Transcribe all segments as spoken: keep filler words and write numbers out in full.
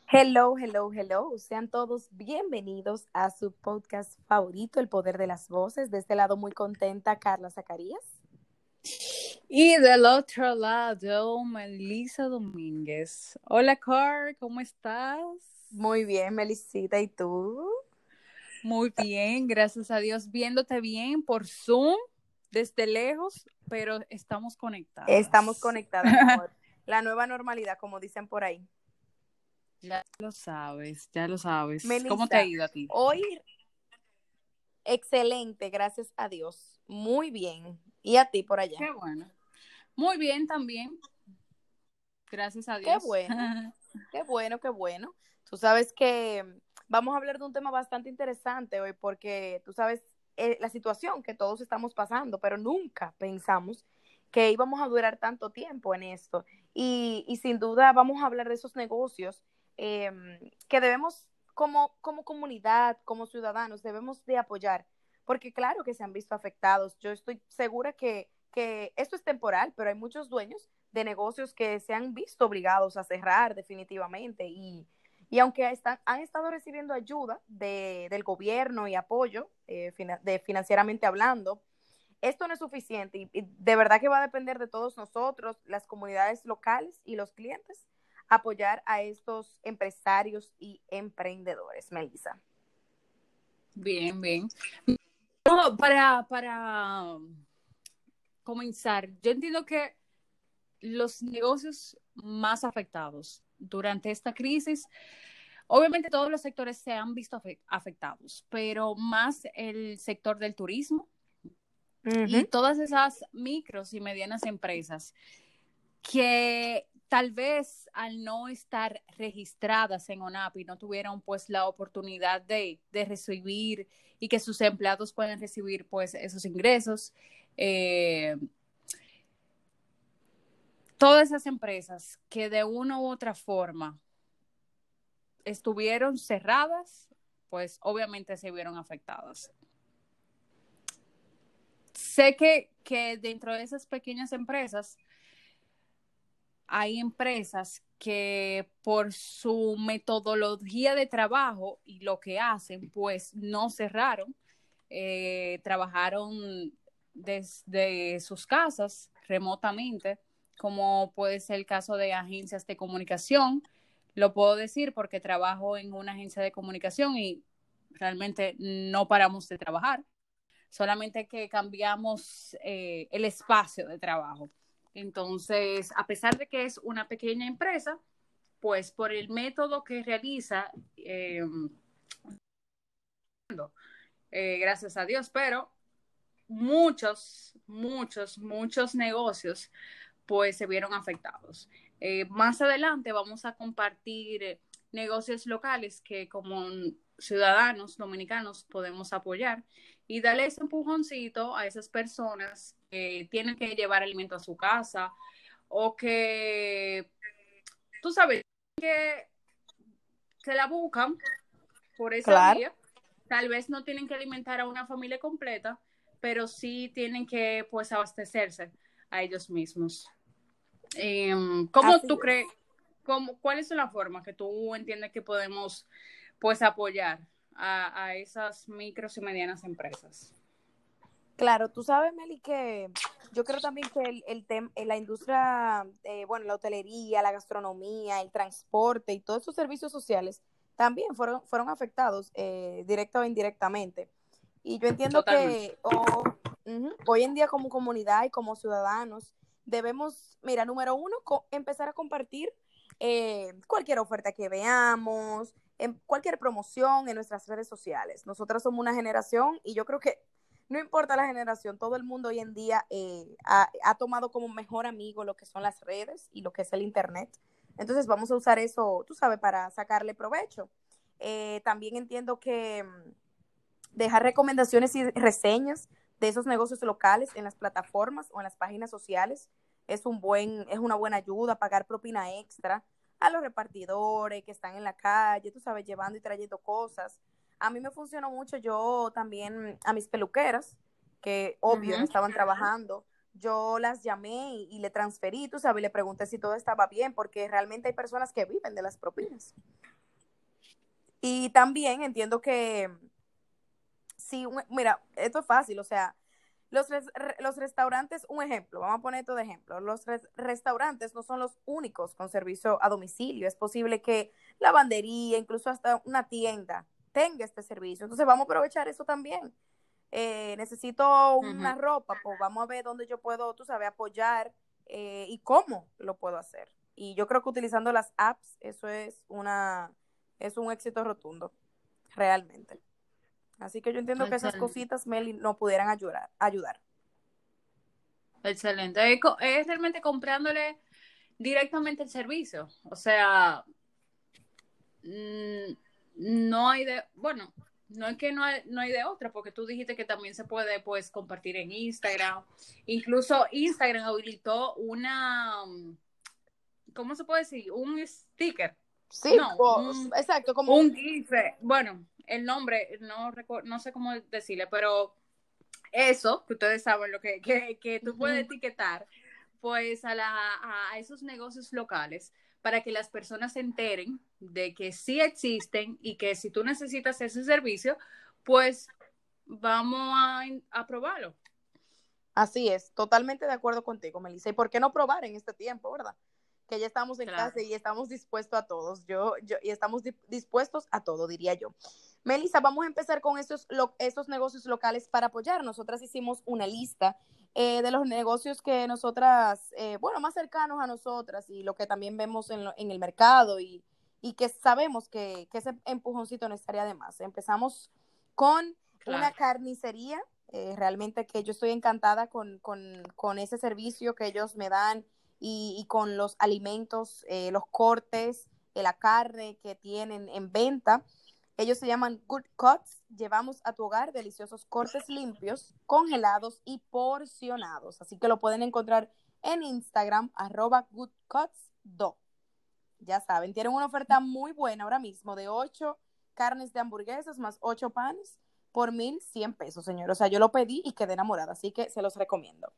Hello, hello, hello. Sean todos bienvenidos a su podcast favorito, El Poder de las Voces. De este lado, muy contenta, Carla Zacarías. Y del otro lado, Melissa Domínguez. Hola, Car, ¿cómo estás? Muy bien, Melisita, ¿y tú? Muy bien, gracias a Dios, viéndote bien por Zoom, desde lejos, pero estamos Estamos conectadas. conectadas, mi amor. La nueva normalidad, como dicen por ahí. Ya lo sabes, ya lo sabes. ¿Cómo te ha Melissa, ido a ti? hoy excelente, gracias a Dios. Muy bien. ¿Y a ti por allá? Qué bueno. Muy bien también, gracias a Qué Dios. bueno, qué bueno, qué bueno. Tú sabes que vamos a hablar de un tema bastante interesante hoy porque tú sabes eh, la situación que todos estamos pasando, pero nunca pensamos que íbamos a durar tanto tiempo en esto. Y, y sin duda vamos a hablar de esos negocios eh, que debemos, como, como comunidad, como ciudadanos, debemos de apoyar, porque claro que se han visto afectados. Yo estoy segura que, que esto es temporal, pero hay muchos dueños de negocios que se han visto obligados a cerrar definitivamente y, y aunque están, han estado recibiendo ayuda de, del gobierno y apoyo eh, de financieramente hablando, esto no es suficiente y, y de verdad que va a depender de todos nosotros, las comunidades locales y los clientes, apoyar a estos empresarios y emprendedores, Melissa. Bien, bien. No, para, para comenzar, yo entiendo que los negocios más afectados durante esta crisis, obviamente todos los sectores se han visto afectados, pero más el sector del turismo y Uh-huh. todas esas micros y medianas empresas que tal vez al no estar registradas en ONAPI no tuvieron pues la oportunidad de, de recibir y que sus empleados puedan recibir pues esos ingresos. Eh, todas esas empresas que de una u otra forma estuvieron cerradas, pues obviamente se vieron afectadas. Sé que, que dentro de esas pequeñas empresas hay empresas que por su metodología de trabajo y lo que hacen, pues no cerraron, eh, trabajaron desde sus casas remotamente, como puede ser el caso de agencias de comunicación. Lo puedo decir porque trabajo en una agencia de comunicación y realmente no paramos de trabajar, solamente que cambiamos eh, el espacio de trabajo. Entonces, a pesar de que es una pequeña empresa, pues por el método que realiza, eh, eh, gracias a Dios, pero muchos, muchos, muchos negocios pues se vieron afectados. Eh, más adelante vamos a compartir eh, negocios locales que como ciudadanos dominicanos podemos apoyar y darle ese empujoncito a esas personas que tienen que llevar alimento a su casa o que, tú sabes, que se la buscan por esa Claro. vía. Tal vez no tienen que alimentar a una familia completa, pero sí tienen que pues abastecerse a ellos mismos. Eh, ¿Cómo Así tú es. crees, cómo, cuál es la forma que tú entiendes que podemos pues apoyar a, a esas micros y medianas empresas? Claro, tú sabes, Meli, que yo creo también que el, el tem- eh, la industria, eh, bueno, la hotelería, la gastronomía, el transporte y todos esos servicios sociales también fueron, fueron afectados eh, directa o indirectamente. Y yo entiendo Totalmente. que oh, ujú, hoy en día como comunidad y como ciudadanos debemos, mira, número uno, co- empezar a compartir eh, cualquier oferta que veamos, en cualquier promoción en nuestras redes sociales. Nosotras somos una generación y yo creo que no importa la generación, todo el mundo hoy en día eh, ha, ha, tomado como mejor amigo lo que son las redes y lo que es el Internet. Entonces vamos a usar eso, tú sabes, para sacarle provecho. Eh, también entiendo que mm, dejar recomendaciones y reseñas de esos negocios locales en las plataformas o en las páginas sociales es, un buen, es una buena ayuda, pagar propina extra a los repartidores que están en la calle, tú sabes, llevando y trayendo cosas. A mí me funcionó mucho, yo también a mis peluqueras, que obvio no Uh-huh. estaban trabajando, yo las llamé y, y le transferí, tú sabes, y le pregunté si todo estaba bien, porque realmente hay personas que viven de las propinas. Y también entiendo que si, un- mira, esto es fácil, o sea, los, res- re- los restaurantes, un ejemplo, vamos a poner esto de ejemplo, los res- restaurantes no son los únicos con servicio a domicilio, es posible que lavandería, incluso hasta una tienda tenga este servicio, entonces vamos a aprovechar eso también. Eh, necesito una Ujú. ropa, pues vamos a ver dónde yo puedo, tú sabes, apoyar eh, y cómo lo puedo hacer. Y yo creo que utilizando las apps, eso es una, es un éxito rotundo, realmente. Así que yo entiendo que esas Excelente. cositas, Meli, no pudieran ayudar. ayudar. Excelente. Es, co- es realmente comprándole directamente el servicio. O sea, mm, no hay de, bueno, no es que no hay, no hay de otra, porque tú dijiste que también se puede pues compartir en Instagram. Incluso Instagram habilitó una, ¿cómo se puede decir? Un sticker. Sí, No, o- un, exacto, como un... un GIF. Bueno, el nombre, no, recu- no sé cómo decirle, pero eso, que ustedes saben lo que, que, que tú puedes Ujú. etiquetar, pues a, la, a esos negocios locales para que las personas se enteren de que sí existen y que si tú necesitas ese servicio, pues vamos a, a probarlo. Así es, totalmente de acuerdo contigo, Melissa. ¿Y por qué no probar en este tiempo, verdad? Que ya estamos en casa Claro. y estamos dispuestos a todos. Yo, yo, y estamos di- dispuestos a todo, diría yo. Melissa, vamos a empezar con esos, lo, esos negocios locales para apoyar. Nosotras hicimos una lista eh, de los negocios que nosotras, eh, bueno, más cercanos a nosotras y lo que también vemos en, lo, en el mercado y, y que sabemos que, que ese empujoncito no estaría de más. Empezamos con una Claro. carnicería eh, realmente que yo estoy encantada con, con, con, ese servicio que ellos me dan y, y con los alimentos, eh, los cortes, eh, la carne que tienen en venta. Ellos se llaman Good Cuts. Llevamos a tu hogar deliciosos cortes limpios, congelados y porcionados. Así que lo pueden encontrar en Instagram, arroba goodcutsdo. Ya saben, tienen una oferta muy buena ahora mismo de ocho carnes de hamburguesas más ocho panes por mil cien pesos, señor. O sea, yo lo pedí y quedé enamorada, así que se los recomiendo.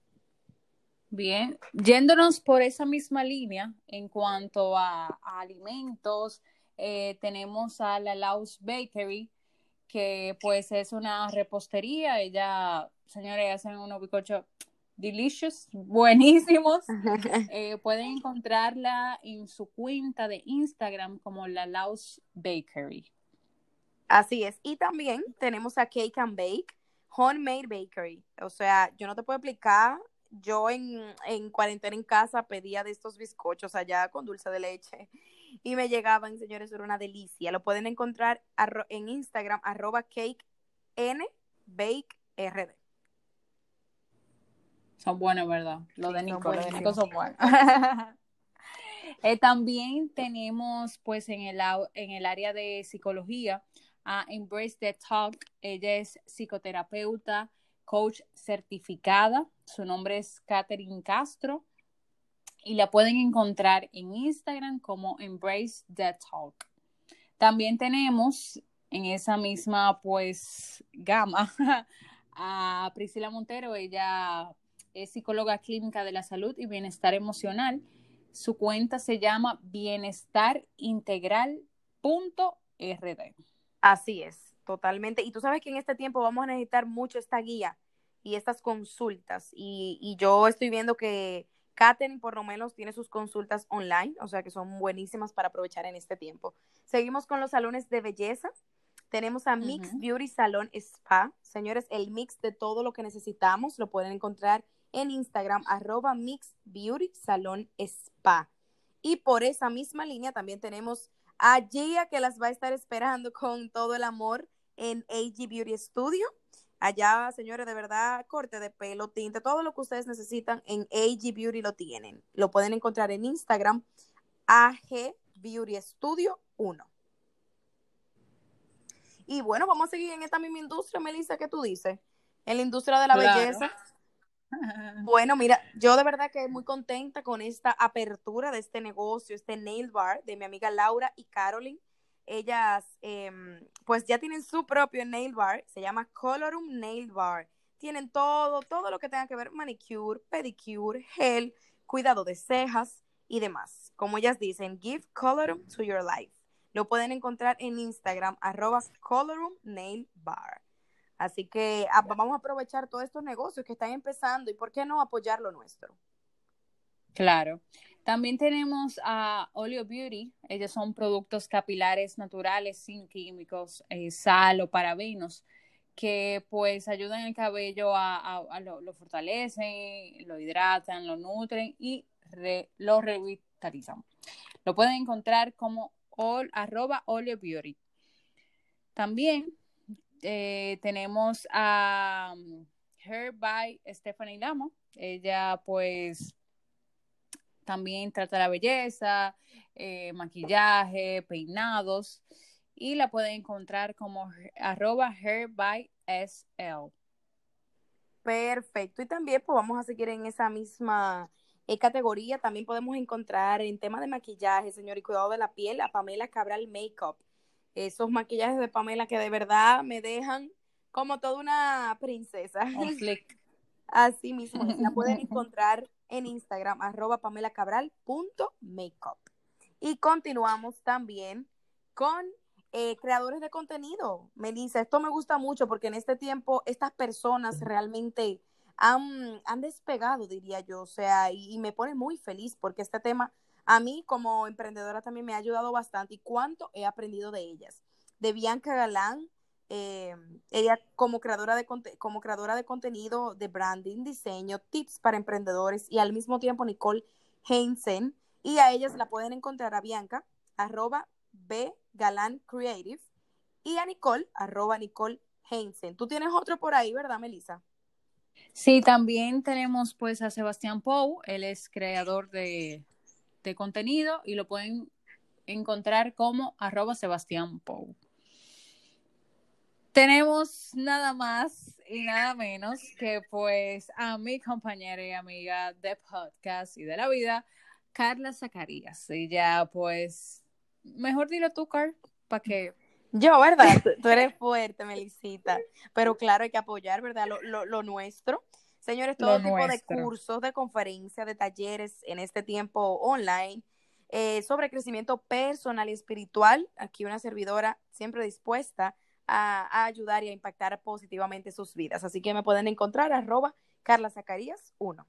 Bien, yéndonos por esa misma línea en cuanto a, a alimentos, eh, tenemos a la Laus Bakery, que pues es una repostería. Ella, señores, hacen unos bizcochos delicious, buenísimos. Eh, pueden encontrarla en su cuenta de Instagram como la Laus Bakery. Así es. Y también tenemos a Cake and Bake, Homemade Bakery. O sea, yo no te puedo explicar. Yo en, en cuarentena en casa pedía de estos bizcochos allá con dulce de leche y me llegaban, señores, era una delicia. Lo pueden encontrar arro- en Instagram, arroba cake n bake r d. Son buenos, ¿verdad? Lo Sí, de son Nico, lo de Nico buenísimos. son buenos. Eh, también tenemos, pues, en el, au- en el área de psicología a Embrace the Talk. Ella es psicoterapeuta, coach certificada. Su nombre es Catherine Castro y la pueden encontrar en Instagram como Embrace the Talk. También tenemos en esa misma, pues, gama a Priscila Montero. Ella es psicóloga clínica de la salud y bienestar emocional. Su cuenta se llama bienestarintegral.rd. Así es, totalmente. Y tú sabes que en este tiempo vamos a necesitar mucho esta guía y estas consultas. Y, y yo estoy viendo que Katherine por lo menos tiene sus consultas online, o sea que son buenísimas para aprovechar en este tiempo. Seguimos con los salones de belleza. Tenemos a Mix Uh-huh. Beauty Salón Spa. Señores, el mix de todo lo que necesitamos lo pueden encontrar en Instagram, arroba Mix Beauty Salón Spa. Y por esa misma línea también tenemos a Gia, que las va a estar esperando con todo el amor en A G Beauty Studio. Allá, señores, de verdad, corte de pelo, tinte, todo lo que ustedes necesitan en A G Beauty lo tienen. Lo pueden encontrar en Instagram, A G Beauty Studio uno. Y bueno, vamos a seguir en esta misma industria, Melissa, ¿qué tú dices? En la industria de la Claro. belleza. Bueno, mira, yo de verdad que muy contenta con esta apertura de este negocio, este nail bar de mi amiga Laura y Caroline. Ellas, eh, pues ya tienen su propio nail bar, se llama Colorum Nail Bar. Tienen todo, todo lo que tenga que ver manicure, pedicure, gel, cuidado de cejas y demás. Como ellas dicen, give colorum to your life. lo pueden encontrar en Instagram, arroba Colorum Nail Bar. Así que a, vamos a aprovechar todos estos negocios que están empezando y por qué no apoyar lo nuestro. Claro. También tenemos a Oleo Beauty. Ellos son productos capilares naturales sin químicos, eh, sal o parabenos, que pues ayudan el cabello a, a, a lo, lo fortalecen, lo hidratan, lo nutren y re, lo revitalizan. Lo pueden encontrar como all, arroba Oleo Beauty. También eh, tenemos a um, Hair by Stephanie Lamo. Ella pues también trata la belleza, eh, maquillaje, peinados, y la pueden encontrar como arroba hair by S L. Perfecto. Y también pues vamos a seguir en esa misma eh, categoría. También podemos encontrar en tema de maquillaje, señor, y cuidado de la piel, a Pamela Cabral Makeup. Esos maquillajes de Pamela que de verdad me dejan como toda una princesa. On flick. Así mismo es. La pueden encontrar en Instagram, arroba pamela cabral punto makeup. Y continuamos también con eh, creadores de contenido. Melissa, esto me gusta mucho porque en este tiempo estas personas realmente han, han despegado, diría yo, o sea, y, y me pone muy feliz porque este tema a mí como emprendedora también me ha ayudado bastante y cuánto he aprendido de ellas. De Bianca Galán, eh, ella como creadora, de, como creadora de contenido, de branding, diseño, tips para emprendedores, y al mismo tiempo Nicole Heinzen, y a ellas la pueden encontrar a Bianca, arroba B Galán Creative, y a Nicole, arroba Nicole Heinzen. Tú tienes otro por ahí, ¿verdad, Melissa? Sí, también tenemos pues a Sebastián Pou. Él es creador de, de contenido y lo pueden encontrar como arroba Sebastián Pou. Tenemos nada más y nada menos que pues a mi compañera y amiga de podcast y de la vida, Carla Zacarías. Ella pues, mejor dilo tú, Car, para que... Yo, ¿verdad? Tú eres fuerte, Melisita. Pero claro, hay que apoyar, ¿verdad? Lo, lo, lo nuestro. Señores, todo Lo tipo de nuestro. cursos, de conferencias, de talleres en este tiempo online, eh, sobre crecimiento personal y espiritual. Aquí una servidora siempre dispuesta a, a ayudar y a impactar positivamente sus vidas. Así que me pueden encontrar arroba Carla Zacarías uno.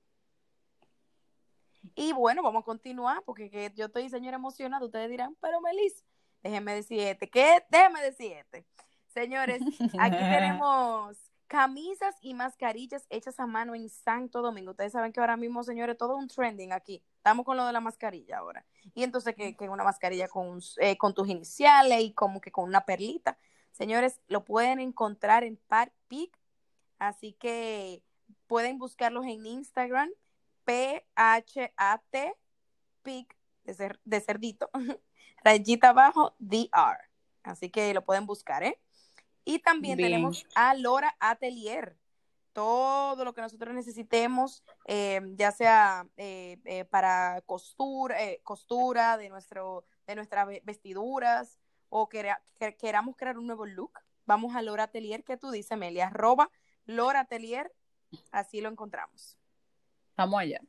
Y bueno, vamos a continuar porque que yo estoy, señora, emocionada. Ustedes dirán, pero Melissa, déjenme decir este. ¿Qué? Déjenme decir este. Señores, aquí tenemos camisas y mascarillas hechas a mano en Santo Domingo. Ustedes saben que ahora mismo, señores, todo un trending aquí. Estamos con lo de la mascarilla ahora. Y entonces que, que una mascarilla con, eh, con tus iniciales y como que con una perlita. Señores, lo pueden encontrar en Pat Pic. Así que pueden buscarlos en Instagram. P H A T, Pic, de, cer, de cerdito, rayita abajo, D R. Así que lo pueden buscar, ¿eh? Y también Bien. tenemos a Lora Atelier. Todo lo que nosotros necesitemos, eh, ya sea eh, eh, para costura, eh, costura de, nuestro, de nuestras vestiduras o que, que, queramos crear un nuevo look, vamos a Lora Atelier. ¿Qué tú dices, Meli? Arroba Lora Atelier, así lo encontramos. Vamos allá.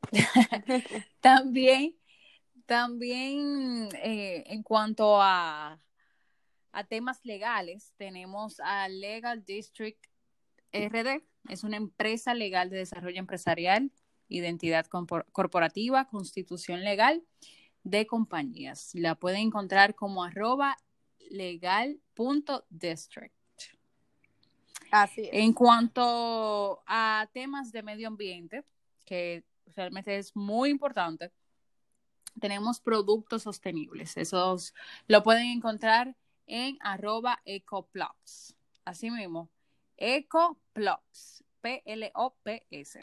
También, también eh, en cuanto a, a temas legales, tenemos a Legal District R D. Es una empresa legal de desarrollo empresarial, identidad corporativa, constitución legal de compañías. La pueden encontrar como arroba legal.district. Así es. En cuanto a temas de medio ambiente, que realmente es muy importante, tenemos productos sostenibles. Esos lo pueden encontrar en arroba ecoplops. Así mismo, ecoplops, P L O P S.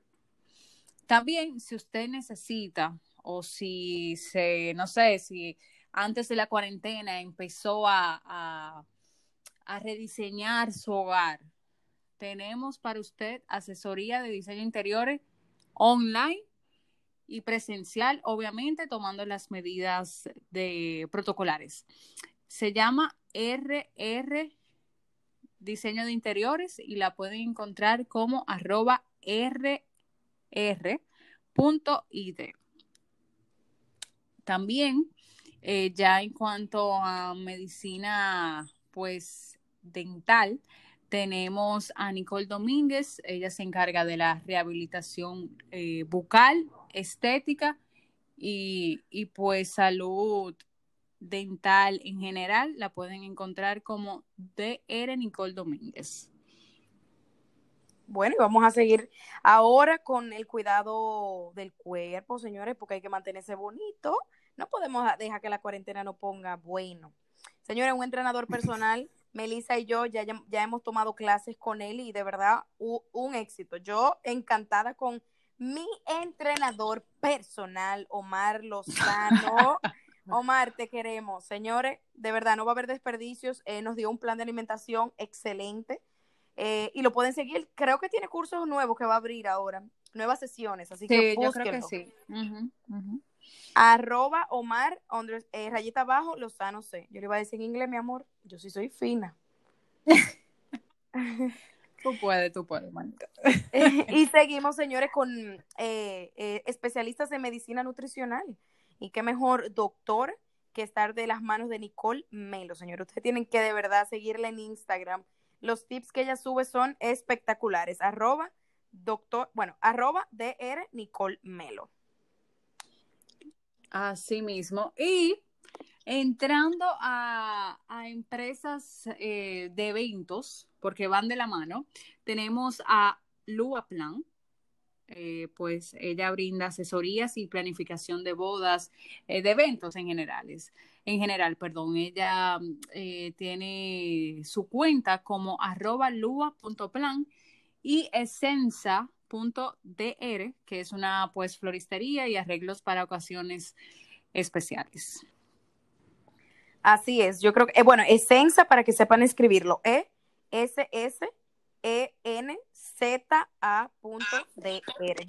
También, si usted necesita o si se, no sé, si antes de la cuarentena empezó a, a, a rediseñar su hogar, tenemos para usted asesoría de diseño interiores online y presencial, obviamente tomando las medidas de protocolares. Se llama R R Diseño de Interiores y la pueden encontrar como arroba R R punto I D. También Eh, ya en cuanto a medicina, pues, dental, tenemos a Nicole Domínguez. Ella se encarga de la rehabilitación eh, bucal, estética y, y pues salud dental en general. La pueden encontrar como D R Nicole Domínguez. Bueno, y vamos a seguir ahora con el cuidado del cuerpo, señores, porque hay que mantenerse bonito. No podemos dejar que la cuarentena nos ponga bueno. Señores, un entrenador personal, Melissa y yo ya, ya, ya hemos tomado clases con él y de verdad u, un éxito. Yo encantada con mi entrenador personal, Omar Lozano. Omar, te queremos. Señores, de verdad, no va a haber desperdicios. Eh, nos dio un plan de alimentación excelente. Eh, y lo pueden seguir. Creo que tiene cursos nuevos que va a abrir ahora, nuevas sesiones, así que Sí, yo creo que búsquenlo. sí. Uh-huh, uh-huh. Arroba Omar, under, eh, rayita abajo, Lozano C. Yo le iba a decir en inglés, mi amor, yo sí soy fina. Tú puedes, tú puedes, manita. Y seguimos, señores, con eh, eh, especialistas en medicina nutricional. Y qué mejor doctor que estar de las manos de Nicole Melo, señores. Ustedes tienen que de verdad seguirla en Instagram. Los tips que ella sube son espectaculares. Arroba doctor, bueno, arroba dr Nicole Melo. Así mismo. Y entrando a, a empresas eh, de eventos, porque van de la mano, tenemos a Lua Plan. Eh, pues ella brinda asesorías y planificación de bodas, eh, de eventos en generales. En general, perdón, ella eh, tiene su cuenta como arroba lua.plan y esenza punto d r, que es una pues floristería y arreglos para ocasiones especiales. Así es, yo creo que, eh, bueno, Esenza, para que sepan escribirlo, E S S E N Z A punto D R.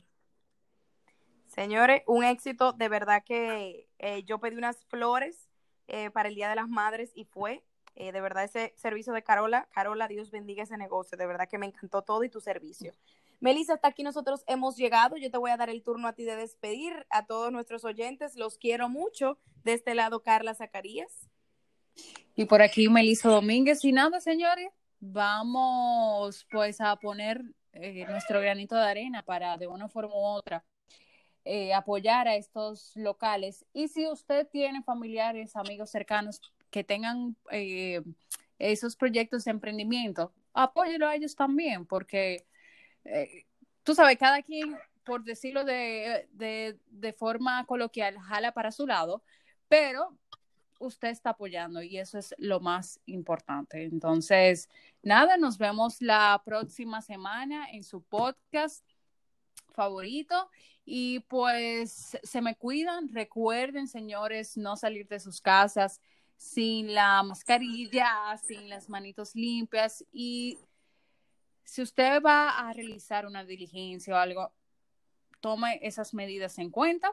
Señores, un éxito, de verdad que eh, yo pedí unas flores eh, para el Día de las Madres y fue, eh, de verdad, ese servicio de Carola, Carola, Dios bendiga ese negocio, de verdad que me encantó todo y tu servicio. Melissa, hasta aquí nosotros hemos llegado, yo te voy a dar el turno a ti de despedir a todos nuestros oyentes, los quiero mucho, de este lado Carla Zacarías. Y por aquí Melissa Domínguez. Y nada, señores, vamos pues a poner eh, nuestro granito de arena para de una forma u otra eh, apoyar a estos locales. Y si usted tiene familiares, amigos cercanos que tengan eh, esos proyectos de emprendimiento, apóyelo a ellos también, porque eh, tú sabes, cada quien, por decirlo de, de, de forma coloquial, jala para su lado, pero usted está apoyando y eso es lo más importante. Entonces, nada, nos vemos la próxima semana en su podcast favorito y pues se me cuidan. Recuerden, señores, no salir de sus casas sin la mascarilla, sin las manitos limpias y si usted va a realizar una diligencia o algo, tome esas medidas en cuenta.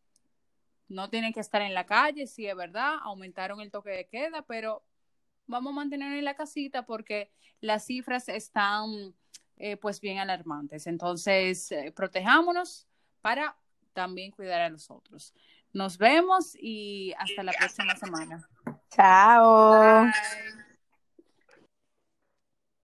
No tienen que estar en la calle, sí es verdad, aumentaron el toque de queda, pero vamos a mantenernos en la casita porque las cifras están eh, pues bien alarmantes. Entonces, eh, protejámonos para también cuidar a los otros. Nos vemos y hasta la próxima semana. Chao. Bye.